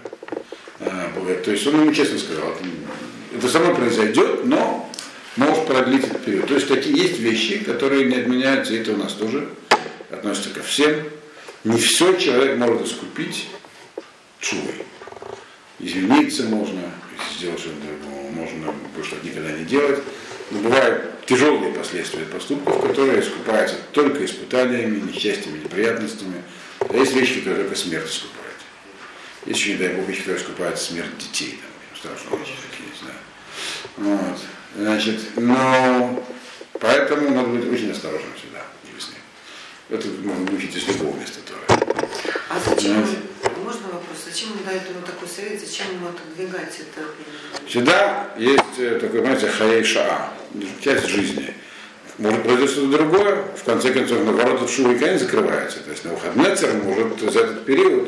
То есть он ему честно сказал, это само произойдет, но может продлить этот период. То есть такие есть вещи, которые не отменяются, и это у нас тоже относится ко всем. Не все человек может искупить чувой. Извиниться можно, сделать что-то можно больше никогда не делать. Но бывают тяжелые последствия поступков, которые искупаются только испытаниями, несчастьями, неприятностями. А есть вещи, которые только смерть искупает. Есть еще, не дай бог, вещи, которые искупают смерть детей. Страшные вещи такие, не знаю. Вот. Значит, но поэтому надо быть очень осторожным всегда. Это можно выучить из любого места тоже. А зачем, можно вопрос, зачем он дает ему такой совет, зачем ему отодвигать это? Всегда есть такое, понимаете, хаей шаа, часть жизни. Может произойти что-то другое, в конце концов, ворота в Шува не закрываются. То есть Навуходоносор может за этот период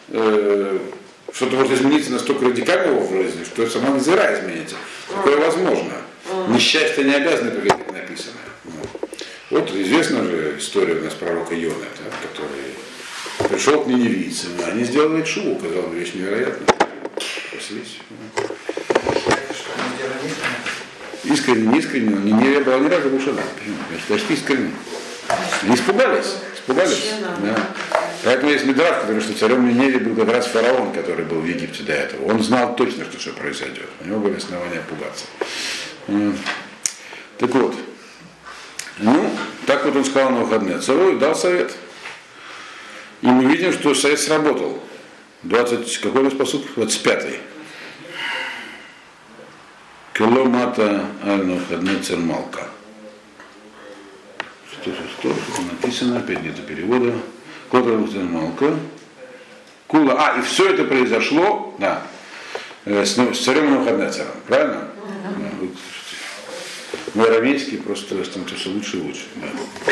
что-то может измениться настолько радикально в жизни, что сама Назира изменится. Такое возможно. Несчастье не обязано поведать, как написано. Вот известна же история у нас пророка Йоны, да, который пришел к ниневийцам, и они сделали шуву, казалось бы, вещь невероятная. Спаслись. Искренне, не искренне, но Ниневия была не раза Бушана. Значит, искренне. И испугались. Да. Поэтому есть мидраш, который, что царем Ниневии был как раз фараон, который был в Египте до этого. Он знал точно, что все произойдет. У него были основания пугаться. Так вот. Так вот он сказал на выходные царю и дал совет. И мы видим, что совет сработал. Какой у нас посуд? 25-й. Киломата аль-Навуходоносор Малка. Что написано, опять где-то перевода. Киломата Малка. Кула. И все это произошло, да, с царем Навуходоносором. Правильно? Мой арамейский просто становится все лучше и лучше. Да.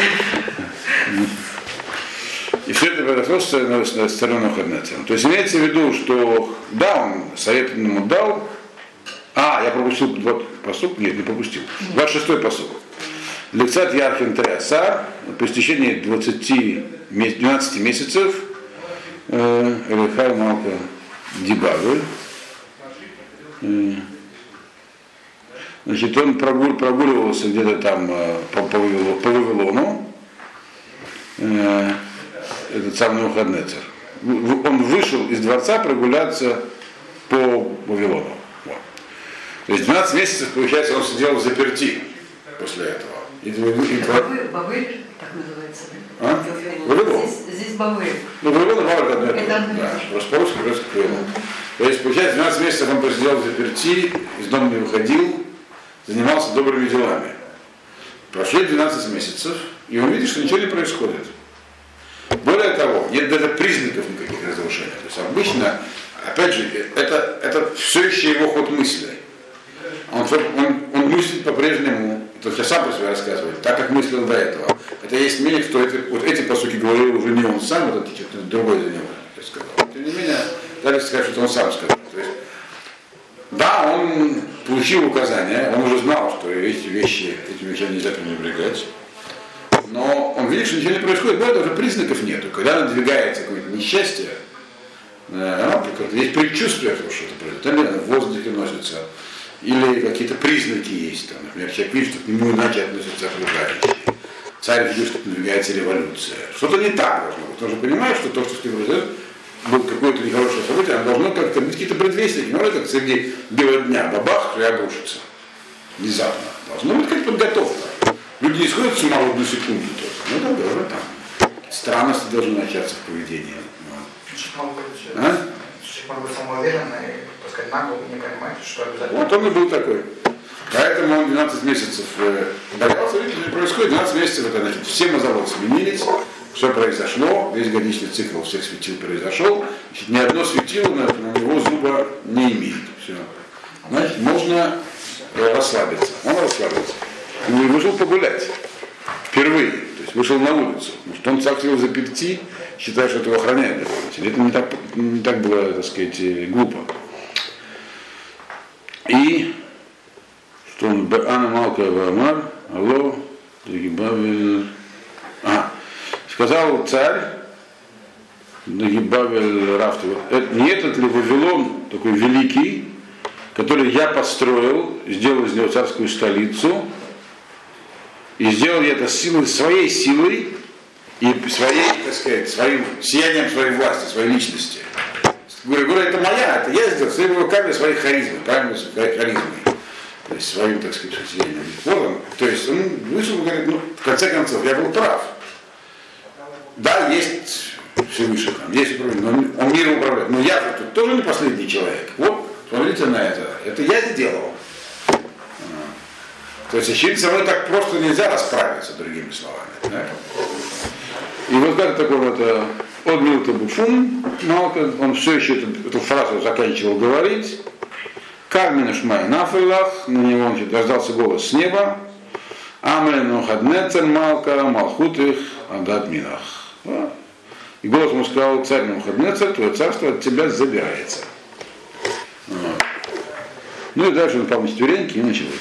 И все это произошло с царем Навуходоносором. То есть имеется в виду, что да, он совет ему дал. Я пропустил посук? Нет, не пропустил. 26-й посук. Лецат Ярхин Триасар, по истечении 12 месяцев, Элихай Малка Дибавы. Значит, он прогуливался где-то там по Вавилону, этот самый Навуходоносор. Он вышел из дворца прогуляться по Вавилону. Вот. То есть 12 месяцев, получается, он сидел в заперти после этого. Бавырь, так называется. Вавилон. Здесь Бавырь. Вавилон и Бавырь одно и то же. Да, просто по-русски Вавилон. То есть, получается, 12 месяцев он просидел в заперти, из дома не выходил, занимался добрыми делами. Прошли 12 месяцев, и он видит, что ничего не происходит. Более того, нет даже признаков никаких разрушений. То есть обычно, опять же, это все еще его ход мысли. Он мыслит по-прежнему, то есть я сам про себя рассказываю, так как мыслил до этого. Это есть мнение, что вот эти посуки говорил уже не он сам, это другой за него сказал. Тем не менее, даже сказать, что он сам сказал. То есть, да, он получил указания, он уже знал, что этим вещам нельзя пренебрегать. Но он видит, что ничего не происходит, более даже признаков нету. Когда надвигается какое-то несчастье, есть предчувствие, что что-то произойдет, или в воздухе носится, или какие-то признаки есть. Там, например, человек видит, что к нему иначе относятся окружающие. Царь видит, что надвигается революция. Что-то не так должно быть. Он же понимает, что то, что с ним произойдет, было какое-то нехорошее событие, оно должно как-то быть какие-то предвестники. Не может как среди белого дня бабах и обрушится. Внезапно. Должна быть какая-то подготовка. Люди не сходят с ума в одну секунду только. Ну да, уже там. Странности должны начаться в поведении. Человек может быть самоуверенный, так сказать, нагло не понимает, что обязательно. Вот он и был такой. Поэтому он 12 месяцев боялся, видите, происходит 12 месяцев, это значит, все мазолы сменились, все произошло, весь годичный цикл всех светил произошел, значит, ни одно светило на него зуба не имеет. Все. Значит, можно расслабиться. Он расслабился. И вышел погулять. Впервые. То есть вышел на улицу. Потому что он царствовал заперти, считая, что его охраняют дополнительно. Это не так было, так сказать, глупо. И что он Анна Малка Вамар, алло, Дагибавель. Сказал царь, Дагибавель Рафту, не этот ли Вавилон такой великий, который я построил, сделал из него царскую столицу, и сделал я это своей силой и своей, так сказать, своим сиянием своей власти, своей личности. Говорю, это моя, это я сделал своими руками, своей харизмой, правильно, своей харизмой. То есть своим, так сказать, сиянием. Вот он. То есть он вышел и говорит, в конце концов, я был прав. Да, есть Всевышний, есть управление, но он миром управляет. Но я же тут тоже не последний человек. Вот, смотрите на это. Это я сделал. То есть, очевидно, со мной так просто нельзя расправиться, другими словами. Да? И вот как такой вот от Милта Буфун, он все еще эту фразу заканчивал говорить. Кармина Шмай Нафилах, на него раздался голос с неба. Амен Навуходоносор Малка, Малхут их, Адат Минах. И голос ему сказал, царь Навуходоносор, твое царство от тебя забирается. Ну и дальше он пал на четвереньки и началось,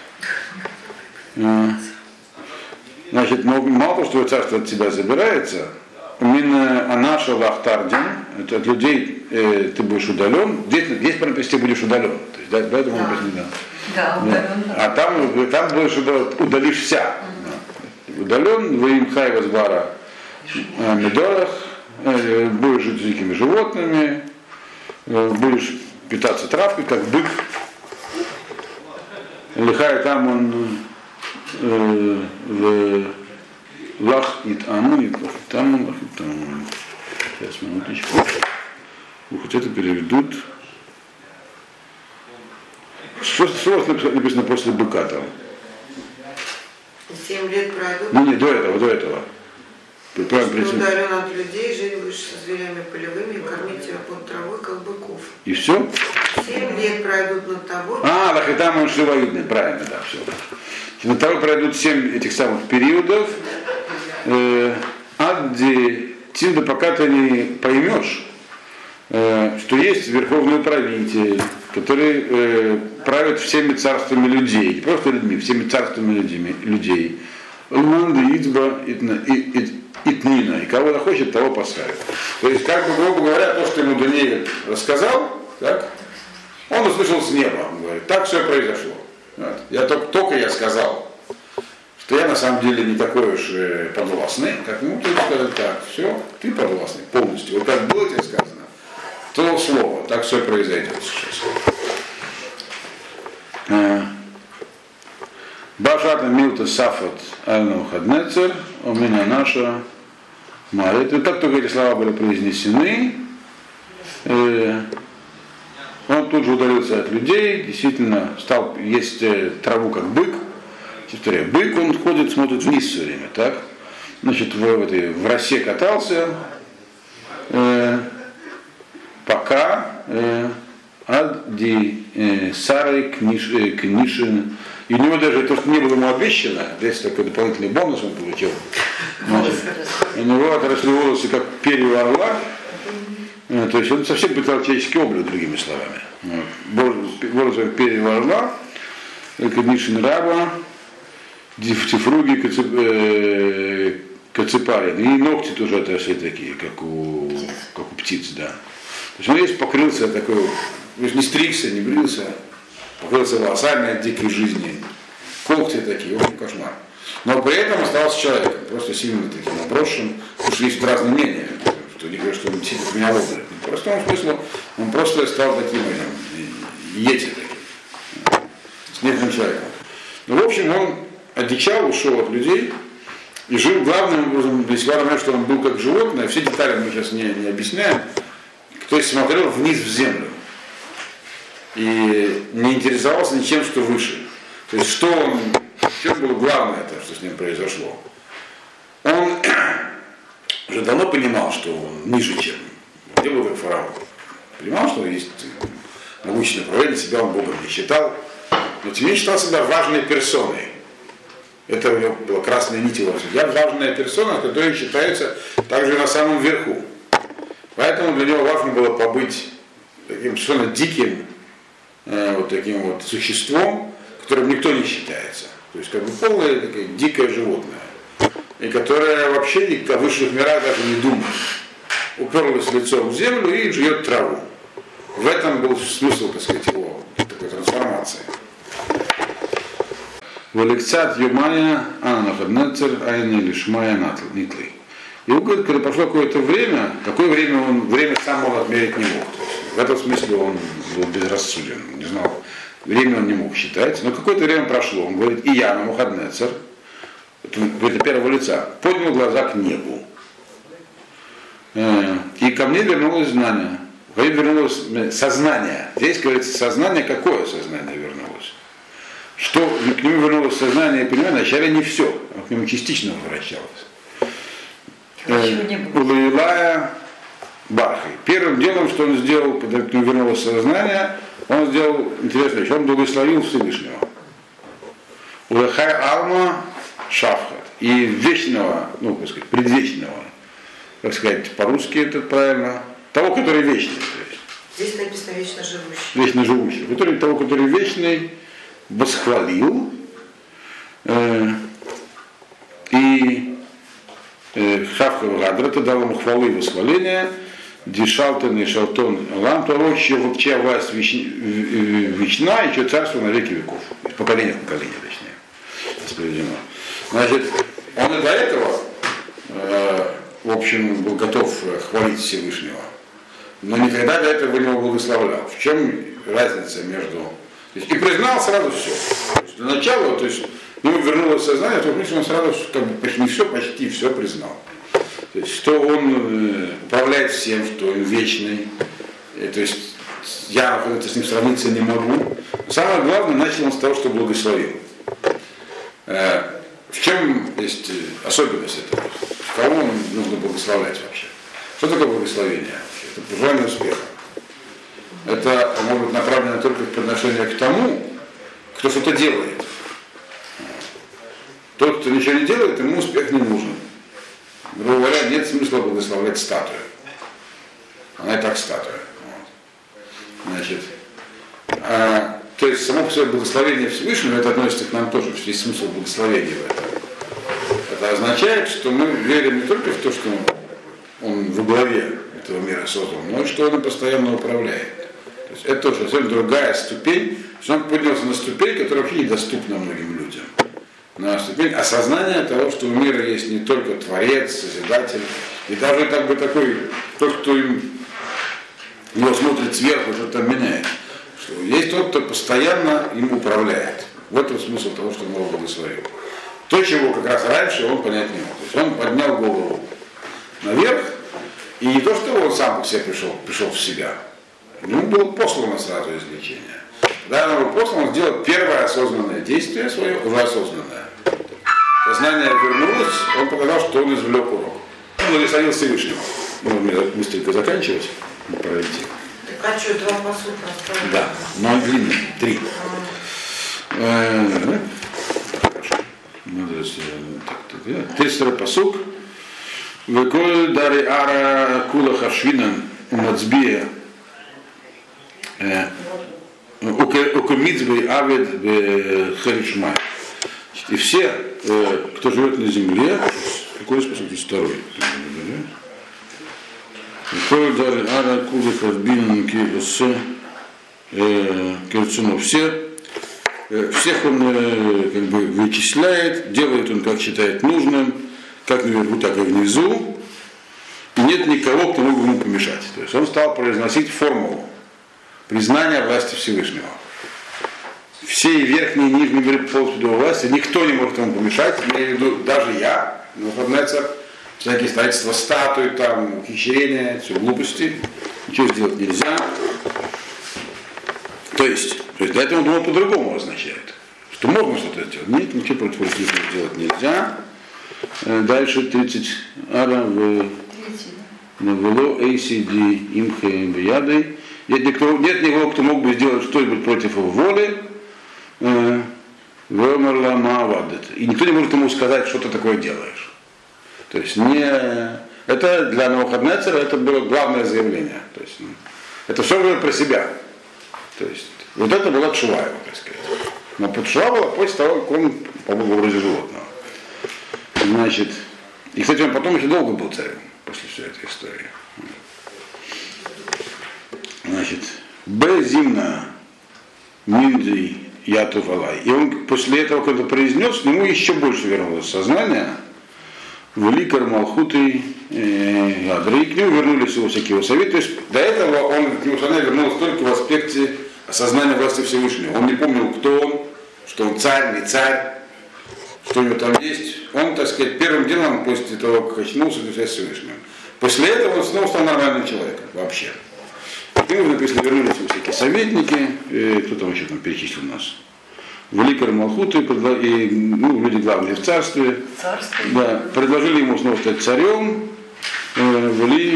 значит, мало того, что твое царство от тебя забирается, именно Анаша Лахтардин, это от людей ты будешь удален, здесь прямо ты будешь удален. То есть, да, поэтому он написано, да, удален. А там будешь удалишься. удален, воим хай возбара медорах, будешь жить с дикими животными, будешь питаться травкой, как бык. Лихай там он в лах ит-аму, там сейчас, минуточку. Хоть это переведут. Что написано после быка там? 7 лет пройдут. Ну не, до этого. Что удален от людей, жить будешь со зверями полевыми, кормить тебя под травой, как быков. И все? 7 лет пройдут над тобой. Так и там он шивоидный, правильно, да, все. Над тобой пройдут 7 этих самых периодов, Тинда, пока ты не поймешь, что есть верховный правитель, который правит всеми царствами людей, не просто людьми, всеми царствами людей. Лунда, Ицба, Итнина, и кого захочет, того поставит. То есть, как бы, грубо говоря, то, что ему Даниил рассказал, так, он услышал с неба, он говорит, так все произошло. Вот. Только я сказал, что я на самом деле не такой уж подвластный, как ему тут сказать, так, все, ты подвластный полностью. Вот как было тебе сказано, то слово, так все произойдет сейчас. Башата Милта Сафат Аль-Навуходоносор, у меня наша Мария. Как только эти слова были произнесены, он тут же удалился от людей, действительно стал есть траву как бык. Бык, он ходит, смотрит вниз все время, так? Значит, в росе катался, пока Адди Сарой Книшин. И у него даже то, что не было ему обещано, здесь такой дополнительный бонус он получил. Значит, у него отросли волосы, как перья орла. То есть он совсем потерял человеческий облик, другими словами. Волосы как перья орла, Книшин раба, цифруги кацепарин. И ногти тоже отросли такие, как у птиц, да. То есть он весь покрылся такой, не стригся, не брился, покрылся волосами от дикой жизни, когти такие, очень кошмар. Но при этом остался человеком, просто сильно таким обросшим, потому что есть разные мнения, что не говорят, что он сидит в меня образ. В простом смысле он просто стал таким йети таким, снежным человеком. Ну, в общем, он одичал, ушел от людей и жил главным образом, несмотря на то, что он был как животное, все детали мы сейчас не объясняем, то есть смотрел вниз в землю и не интересовался ничем, что выше. То есть что было главное, это, что с ним произошло. Он уже давно понимал, что он ниже, чем где был как фараон. Понимал, что есть научное управление, себя он Богом не считал, но тем не менее считал себя важной персоной. Это у него была красная нить его. Я важная персона, которая считается также на самом верху. Поэтому для него важно было побыть таким совершенно диким, вот таким вот существом, которым никто не считается. То есть как бы полное такое дикое животное, и которое вообще о высших мирах даже не думает. Уперлось лицом в землю и жует траву. В этом был смысл, так сказать, его такой трансформации. Валекцат Юмая Ананахаднецер Айни Лишмая Нитлы. И он говорит, когда прошло какое-то время, какое время сам он отмерить не мог. В этом смысле он был безрассуден, не знал, время он не мог считать, но какое-то время прошло. Он говорит, и я, Навуходоносор, это первого лица, поднял глаза к небу. И ко мне вернулось знание. Ко мне вернулось сознание. Здесь говорится сознание, какое сознание вернулось? Что к нему вернулось сознание, я понимаю, вначале не все, а к нему частично возвращалось. Улаилая Бархой. Первым делом, что он сделал, когда к нему вернулось сознание, он сделал интересную вещь, он благословил Всевышнего. Улахай Алма Шафхат. И вечного, ну, так сказать, предвечного, как сказать, по-русски это правильно, того, который вечный. То есть. Здесь написано вечно живущий. Вечно живущий. Того, который вечный, восхвалил. И Шафхат Гадрата дал ему хвалу и восхваление. Дишалтан и Шалтон Лам, того, чья власть вечна, и чье царство на веки веков. Из поколения в поколение, точнее. Справедливо. Значит, Он и до этого, в общем, был готов хвалить Всевышнего, но никогда до этого не благословлял. В чем разница между... И признал сразу все. Для начала, то есть, ему вернулось сознание, то он сразу, как бы, не все, почти все признал. То есть, что он управляет всем, что он вечный. То есть, я с ним сравниться не могу. Самое главное, начал он с того, что благословил. В чем есть особенность этого? Кого нужно благословлять вообще? Что такое благословение вообще? Это пожелание успеха. Это может быть направлено только по отношению к тому, кто что-то делает. Тот, кто ничего не делает, ему успех не нужен. Грубо говоря, нет смысла благословлять статую. Она и так статуя. Вот. Значит, то есть само по себе благословение Всевышнего, это относится к нам тоже, есть смысл благословения в этом. Это означает, что мы верим не только в то, что он во главе этого мира создан, но и что он постоянно управляет. То есть это тоже совсем другая ступень, что он поднялся на ступень, которая вообще недоступна многим людям. На ступень осознания того, что у мира есть не только Творец, Созидатель, и даже как бы такой, тот, кто его смотрит сверху, что-то меняет. Что есть тот, кто постоянно им управляет. В этом смысл того, что он его благословил. То, чего как раз раньше он понять не мог. То есть он поднял голову наверх, и не то, что он сам к себе пришел в себя. Ему было послано сразу излечение. Когда он был послан, он сделал первое осознанное действие свое, уже осознанное. Сознание вернулось, он показал, что он извлек урок. Он благословил Всевышнего. Мне быстренько заканчивать, пройти. Так а что, 2 посука осталось? Да, но он длинный, 3. Хорошо. 32 посук. Веколь дари ара кула харшвинан умацбия укамицбей авед бхаришмай. И все, кто живет на земле, какой способ? Здесь второй. Веколь дари ара кула харшвинан кирцуну. Всех он как бы вычисляет, делает он, как считает нужным, как наверху, так и внизу, и нет никого, кто мог бы ему помешать. То есть он стал произносить формулу признания власти Всевышнего. Все верхние и нижние миры полностью до власти, никто не может ему помешать, имею в виду даже я, Навуходоносор, всякие строительства статуи, там, ухищрения, все глупости, ничего сделать нельзя. То есть для этого он думал по-другому означает, что можно что-то сделать. Нет, ничего против этого сделать нельзя. Дальше 30 ара в Навело ACD имхе бьядой. Нет никого, кто мог бы сделать что-нибудь против его воли. Вемерла маавадет. И никто не может ему сказать, что ты такое делаешь. То есть это для Навуходоносора это было главное заявление. То есть это все говорит про себя. То есть вот это была тшува его, так сказать. Но тшува была после того, как он побыл в образе животного. Значит, и, кстати, он потом еще долго был царем после всей этой истории. Значит, Зимна Минди Ятув Алай. И он после этого, когда произнес, к нему еще больше вернулось сознание. Великар Малхуты Ядра. И к нему вернулись его всякие советы. То есть до этого он к нему сознание вернулось только в аспекте осознания власти Всевышнего. Он не помнил, кто он, что он царь, не царь, что у него там есть. Он, так сказать, первым делом, после того, как очнулся, связь с Всевышним. После этого он снова стал нормальным человеком вообще. К нему написано, вернулись его всякие советники, кто там еще там перечислил нас. Великар Малхуты, и люди главные в царстве. Да, предложили ему снова стать царем, вели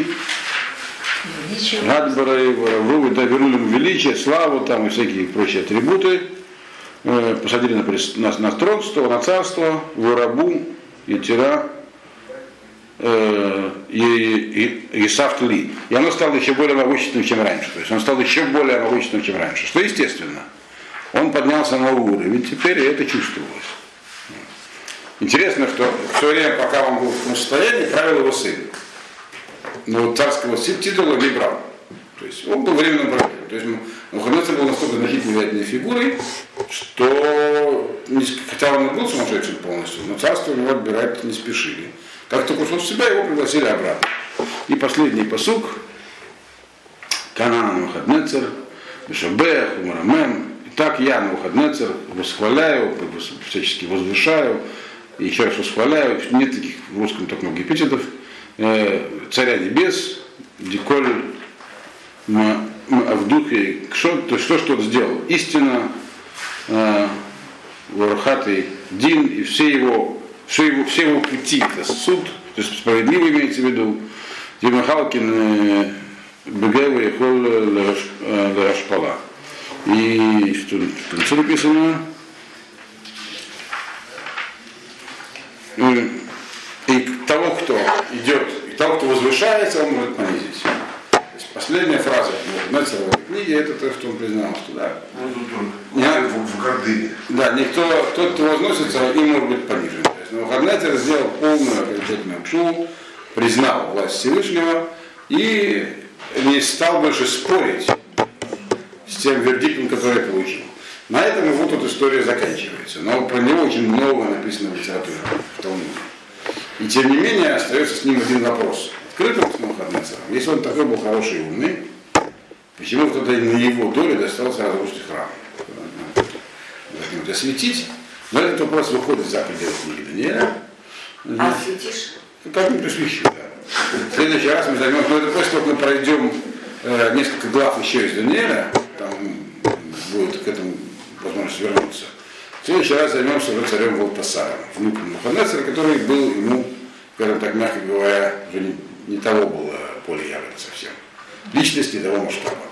Гадбара и Воровру, да, вернули ему величие, славу там и всякие прочие атрибуты. Посадили на трон, на царство, Ворабу, Ятира и Сафтли. И оно стало еще более могущественным, чем раньше. То есть он стал еще более могущественным, чем раньше. Что естественно. Он поднялся на новый уровень, теперь это чувствовалось. Интересно, что все время, пока он был в том состоянии, правил его сын. Но царского титула не брал. То есть он был временным правителем. То есть Навуходоносор был настолько значительной влиятельной фигурой, что, хотя он и был сумасшедшим полностью, но царство его отбирать не спешили. Как только ушел в себя, его пригласили обратно. И последний пасук: Канана Навуходоносор, Мешабех, Умарамен. Итак, я, Навуходоносор, восхваляю, всячески возвышаю, и еще раз восхваляю, нет таких в русском так много эпитетов, царя небес, Диколь в духе, то есть то, что он сделал, истина, Варахатый Дин и все его пути, это суд, то есть справедливый имеется в виду, Димахалкин Бегева и Хол Ларашпала. И что в конце написано? И того, кто идет, и того, кто возвышается, он может понизить. То есть последняя фраза в этой книге, это то, что он признал, что да. В гордыне. Да, никто, тот, кто возносится, им может быть понижен. То есть Навуходоносор сделал полную окончательную кшу, признал власть Всевышнего и не стал больше спорить с тем вердиктом, который получил. На этом вот эта история заканчивается. Но про него очень много написано в литературе, в Талмуде. И тем не менее остается с ним один вопрос. Открытым с Навуходоносором. Если он такой был хороший и умный, почему кто-то на его долю достался разрушить храм? Осветить. Но этот вопрос выходит за пределы книги Даниэля. Осветишь? Как-нибудь освещу, да. В следующий раз мы займем, но это после того, как мы пройдем несколько глав еще из Даниэля, там будет к этому возможность вернуться. В следующий раз займемся уже царем Валтасаром, внуком Навуходоносора, который был ему, скажем так, мягко говоря, уже не того было поля ягоды совсем. Личность не того масштаба.